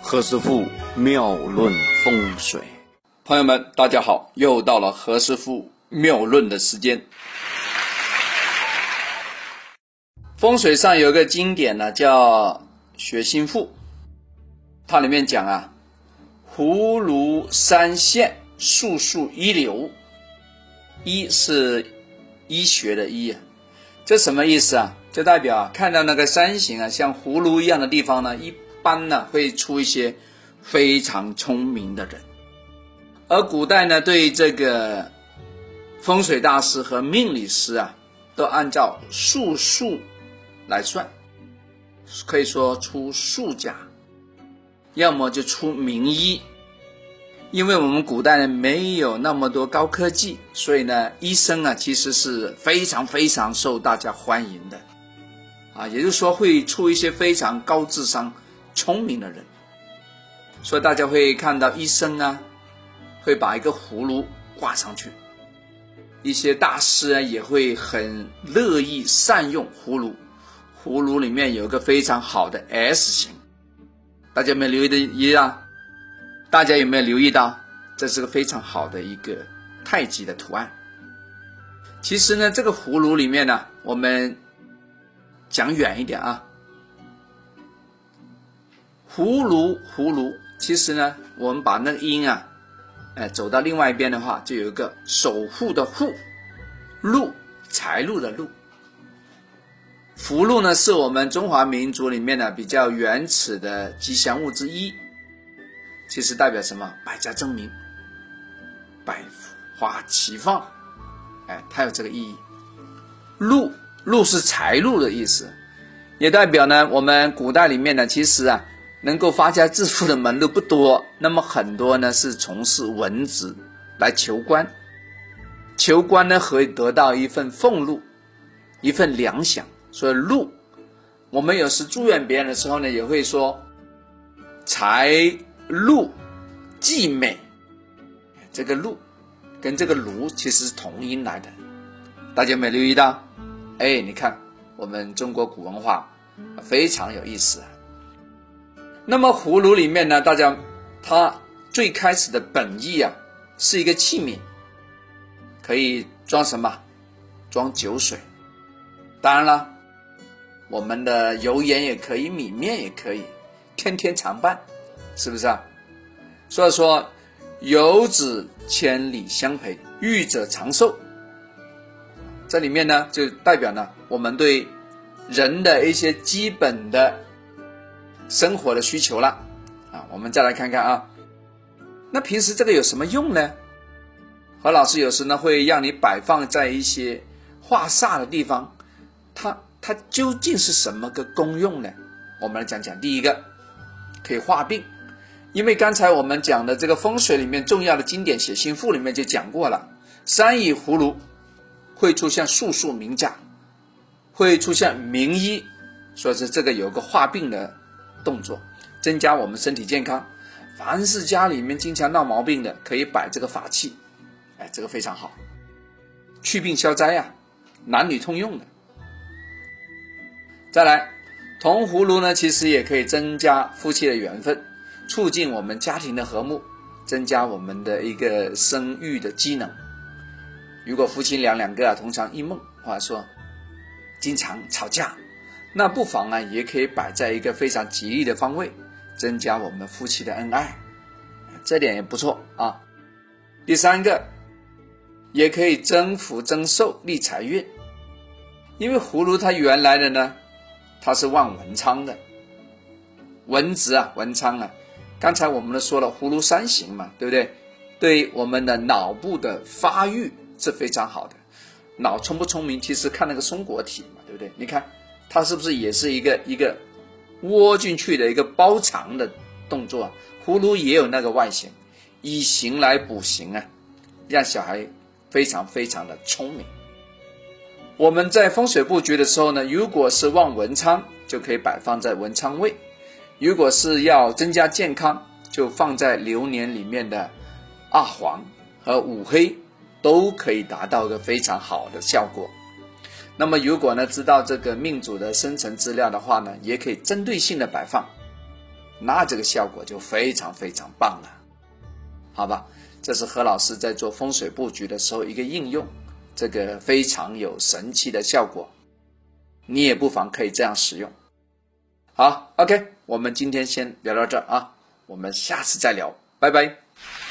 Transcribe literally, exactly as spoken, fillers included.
何师傅妙论风水， 朋友们大家好，又到了何师傅妙论的时间。风水上有一个经典呢，叫学心赋，它里面讲啊，葫芦三线，术数一流。一是医学的医，这什么意思啊？就代表啊，看到那个山形啊，像葫芦一样的地方呢，一般呢会出一些非常聪明的人。而古代呢，对这个风水大师和命理师啊，都按照术数来算，可以说出术家，要么就出名医。因为我们古代呢没有那么多高科技，所以呢医生啊其实是非常非常受大家欢迎的啊，也就是说会出一些非常高智商聪明的人。所以大家会看到医生啊会把一个葫芦挂上去，一些大师啊也会很乐意善用葫芦，葫芦里面有一个非常好的 S 型，大家有没有留意的一样？大家有没有留意到这是个非常好的一个太极的图案？其实呢这个葫芦里面呢，我们讲远一点啊，葫芦葫芦其实呢我们把那个音啊呃，走到另外一边的话，就有一个守护的护，禄财路的禄。福禄呢是我们中华民族里面呢比较原始的吉祥物之一，其实代表什么？百家争鸣，百花齐放，哎，它有这个意义。禄禄是财路的意思，也代表呢我们古代里面呢其实啊能够发家致富的门路不多，那么很多呢是从事文职来求官，求官呢可以得到一份俸禄，一份粮饷。所以禄我们有时祝愿别人的时候呢也会说财禄既美，这个禄跟这个炉其实是同音来的，大家有没有留意到？哎，你看我们中国古文化非常有意思啊。那么葫芦里面呢，大家它最开始的本意啊是一个器皿，可以装什么？装酒水。当然了，我们的油盐也可以，米面也可以，天天常伴，是不是啊？所以说有子千里相陪，育者长寿。这里面呢就代表呢我们对人的一些基本的生活的需求了啊。我们再来看看啊，那平时这个有什么用呢？何老师有时呢会让你摆放在一些化煞的地方，它它究竟是什么个功用呢？我们来讲讲。第一个，可以化病，因为刚才我们讲的这个风水里面重要的经典写心赋里面就讲过了，山以葫芦会出现术数名家，会出现名医，所以说这个有个化病的动作，增加我们身体健康。凡是家里面经常闹毛病的，可以摆这个法器，哎，这个非常好，祛病消灾啊，男女通用的。再来，铜葫芦呢其实也可以增加夫妻的缘分，促进我们家庭的和睦，增加我们的一个生育的机能。如果夫妻俩两个啊同床异梦，或者说经常吵架，那不妨啊也可以摆在一个非常吉利的方位，增加我们夫妻的恩爱，这点也不错啊。第三个，也可以增福增寿利财运，因为葫芦它原来的呢它是旺文昌的，文职啊文昌啊，刚才我们都说了葫芦三形嘛，对不对？对我们的脑部的发育是非常好的。脑聪不聪明其实看那个松果体嘛，对不对？你看它是不是也是一个一个窝进去的一个包藏的动作啊？葫芦也有那个外形，以形来补形啊，让小孩非常非常的聪明。我们在风水布局的时候呢，如果是旺文昌就可以摆放在文昌位，如果是要增加健康就放在流年里面的二黄和五黑，都可以达到一个非常好的效果。那么如果呢知道这个命主的生辰资料的话呢，也可以针对性的摆放。 那这个效果就非常非常棒了，好吧？这是何老师在做风水布局的时候一个应用，这个非常有神奇的效果，你也不妨可以这样使用。好 ，OK， 我们今天先聊到这儿啊，我们下次再聊，拜拜。